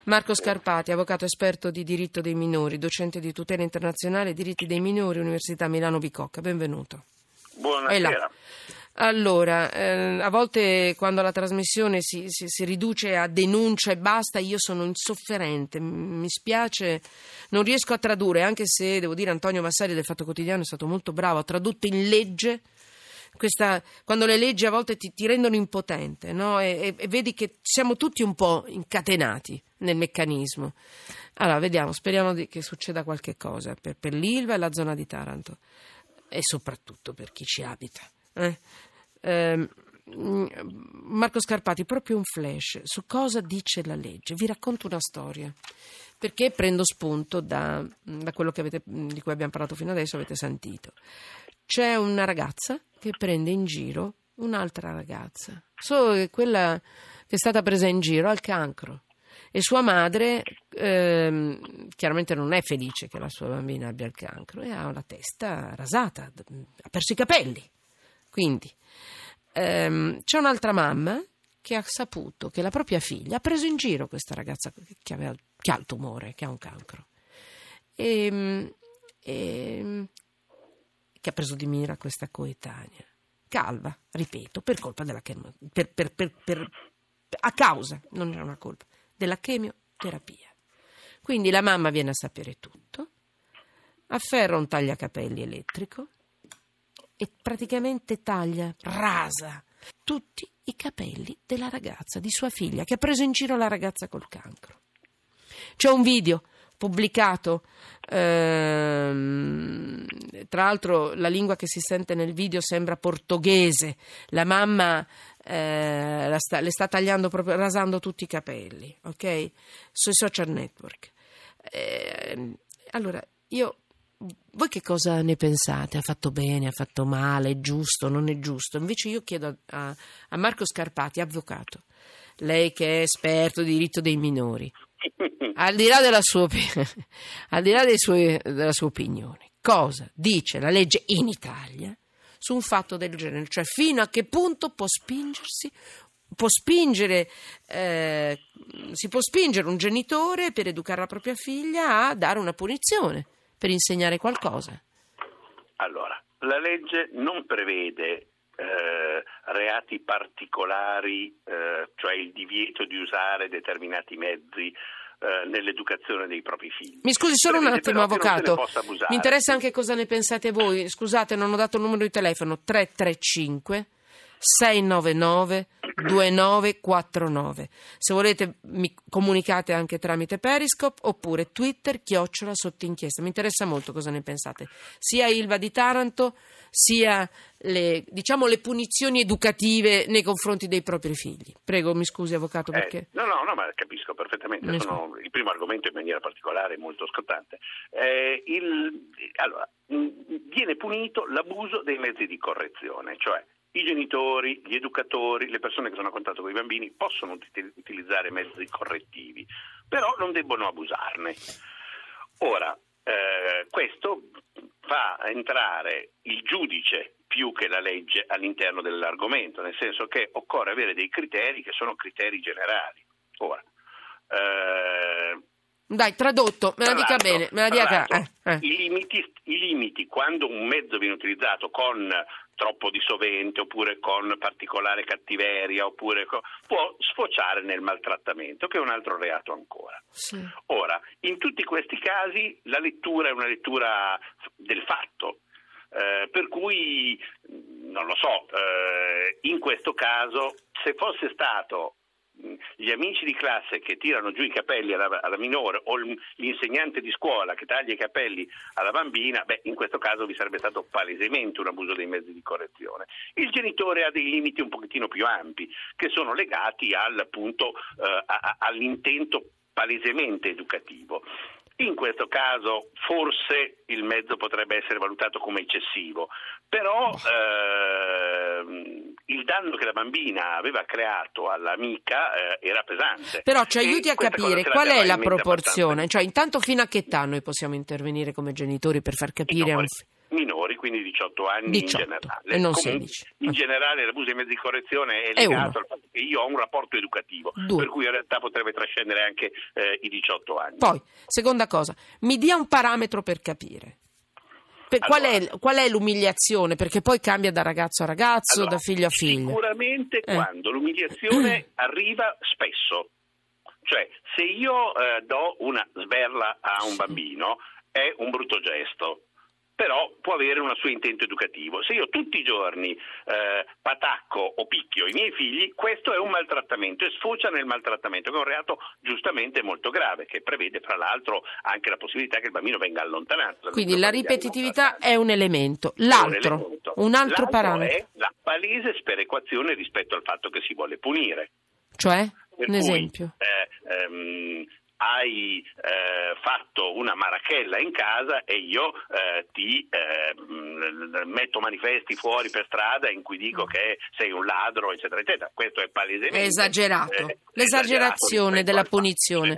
Marco Scarpati, avvocato esperto di diritto dei minori, docente di tutela internazionale e diritti dei minori, Università Milano Bicocca. Benvenuto. Buonasera. Allora, a volte quando la trasmissione si riduce a denuncia e basta, io sono insofferente, mi spiace, non riesco a tradurre, anche se devo dire Antonio Massari del Fatto Quotidiano è stato molto bravo, ha tradotto in legge. Quando le leggi a volte ti rendono impotente, no? E vedi che siamo tutti un po' incatenati nel meccanismo. Allora, vediamo, speriamo che succeda qualche cosa per l'Ilva e la zona di Taranto e soprattutto per chi ci abita. Marco Scarpati, proprio un flash su cosa dice la legge. Vi racconto una storia, perché prendo spunto da quello di cui abbiamo parlato fino adesso, avete sentito. C'è una ragazza che prende in giro un'altra ragazza, solo che quella che è stata presa in giro ha il cancro e sua madre chiaramente non è felice che la sua bambina abbia il cancro e ha la testa rasata, ha perso i capelli. Quindi c'è un'altra mamma che ha saputo che la propria figlia ha preso in giro questa ragazza che ha il tumore, che ha un cancro e che ha preso di mira questa coetanea calva, ripeto, per colpa della a causa, non è una colpa, della chemioterapia. Quindi la mamma viene a sapere tutto, afferra un tagliacapelli elettrico e praticamente rasa tutti i capelli della ragazza, di sua figlia, che ha preso in giro la ragazza col cancro. C'è un video pubblicato, tra l'altro la lingua che si sente nel video sembra portoghese, la mamma le sta tagliando proprio, rasando tutti i capelli, ok? Sui social network. Allora, voi che cosa ne pensate? Ha fatto bene, ha fatto male, è giusto, non è giusto? Invece io chiedo a Marco Scarpati, avvocato, lei che è esperto di diritto dei minori, al di là della sua opinione, cosa dice la legge in Italia su un fatto del genere? Cioè, fino a che punto si può spingere un genitore per educare la propria figlia a dare una punizione, per insegnare qualcosa? Allora, la legge non prevede reati particolari, cioè il divieto di usare determinati mezzi nell'educazione dei propri figli. Mi scusi solo un attimo, avvocato, mi interessa anche cosa ne pensate voi. Scusate, non ho dato il numero di telefono. 335 699 2949. Se volete mi comunicate anche tramite Periscope oppure Twitter @sottoinchiesta. Mi interessa molto cosa ne pensate, sia Ilva di Taranto sia le punizioni educative nei confronti dei propri figli. Prego, mi scusi, avvocato, perché no, ma capisco perfettamente. Il primo argomento in maniera particolare molto scottante. Allora, viene punito l'abuso dei mezzi di correzione, cioè i genitori, gli educatori, le persone che sono a contatto con i bambini possono utilizzare mezzi correttivi, però non debbono abusarne. Ora, questo fa entrare il giudice più che la legge all'interno dell'argomento, nel senso che occorre avere dei criteri che sono criteri generali. Ora, dai, tradotto, me la dica bene, me la dica. I limiti quando un mezzo viene utilizzato con troppo dissovente oppure con particolare cattiveria oppure può sfociare nel maltrattamento, che è un altro reato ancora. Sì. Ora, in tutti questi casi la lettura è una lettura del fatto, per cui non lo so, in questo caso se fosse stato gli amici di classe che tirano giù i capelli alla minore o l'insegnante di scuola che taglia i capelli alla bambina, in questo caso vi sarebbe stato palesemente un abuso dei mezzi di correzione. Il genitore ha dei limiti un pochettino più ampi che sono legati all'intento palesemente educativo. In questo caso forse il mezzo potrebbe essere valutato come eccessivo, però il danno che la bambina aveva creato all'amica era pesante. Però ci aiuti a capire qual è la proporzione, cioè intanto fino a che età noi possiamo intervenire come genitori per far capire minori, quindi 18 anni 18, in generale. e non Comunque, 16. In generale l'abuso dei mezzi di correzione è legato al fatto che io ho un rapporto educativo, per cui in realtà potrebbe trascendere anche i 18 anni. Poi, seconda cosa, mi dia un parametro per capire. Qual è l'umiliazione? Perché poi cambia da ragazzo a ragazzo, da figlio a figlio. Sicuramente quando l'umiliazione arriva spesso. Cioè, se io do una sberla a un bambino è un brutto gesto, però può avere un suo intento educativo. Se io tutti i giorni patacco o picchio i miei figli, questo è un maltrattamento e sfocia nel maltrattamento, che è un reato giustamente molto grave, che prevede fra l'altro anche la possibilità che il bambino venga allontanato. Quindi la ripetitività è un elemento. Un altro parametro è la palese sperequazione rispetto al fatto che si vuole punire. Cioè? Un esempio? Hai fatto una marachella in casa e io ti metto manifesti fuori per strada in cui dico che sei un ladro, eccetera, eccetera. Questo è palesemente esagerato. L'esagerazione della punizione.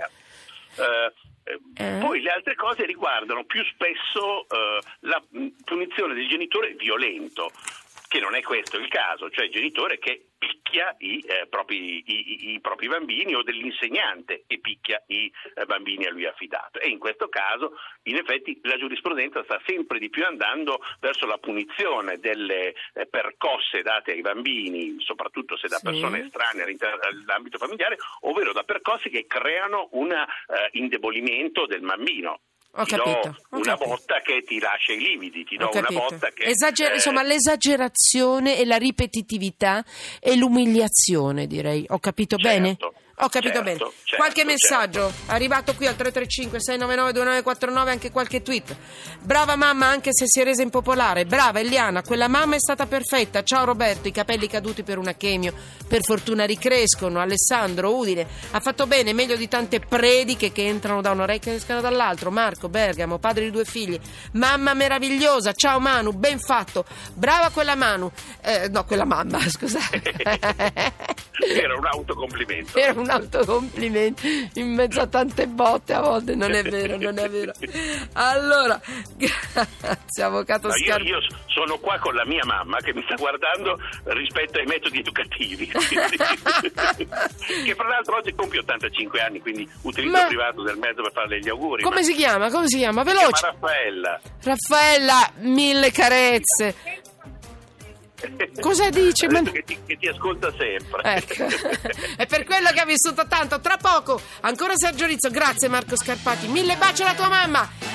Poi le altre cose riguardano più spesso la punizione del genitore violento, che non è questo il caso, cioè il genitore che picchia i propri bambini, o dell'insegnante che picchia i bambini a lui affidato. E in questo caso, in effetti, la giurisprudenza sta sempre di più andando verso la punizione delle percosse date ai bambini, soprattutto se da persone estranee all'ambito familiare, ovvero da percosse che creano un indebolimento del bambino. Ho capito. Una botta che ti lascia i lividi, ti do una botta che... Insomma, l'esagerazione e la ripetitività e l'umiliazione, direi. Ho capito bene? Ho capito bene. Qualche messaggio arrivato qui al 335-699-2949, anche qualche tweet. Brava mamma, anche se si è resa impopolare. Brava Eliana, quella mamma è stata perfetta. Ciao Roberto, i capelli caduti per una chemio per fortuna ricrescono. Alessandro, Udine, ha fatto bene, meglio di tante prediche che entrano da un orecchio e escano dall'altro. Marco, Bergamo, padre di 2 figli, mamma meravigliosa. Ciao Manu, ben fatto. Brava quella Manu, no, quella mamma, scusate. Era un autocomplimento. Un autocomplimento in mezzo a tante botte, a volte non è vero. Allora, grazie avvocato Scarpati. Io sono qua con la mia mamma che mi sta guardando rispetto ai metodi educativi che fra l'altro oggi compie 85 anni, quindi utilizzo privato del mezzo per farle gli auguri. Come si chiama? Veloce. Raffaella, 1000 carezze. Cosa dice? Che ti ascolta sempre. Ecco. È per quello che ha vissuto tanto. Tra poco ancora Sergio Rizzo. Grazie Marco Scarpati, 1000 baci alla tua mamma.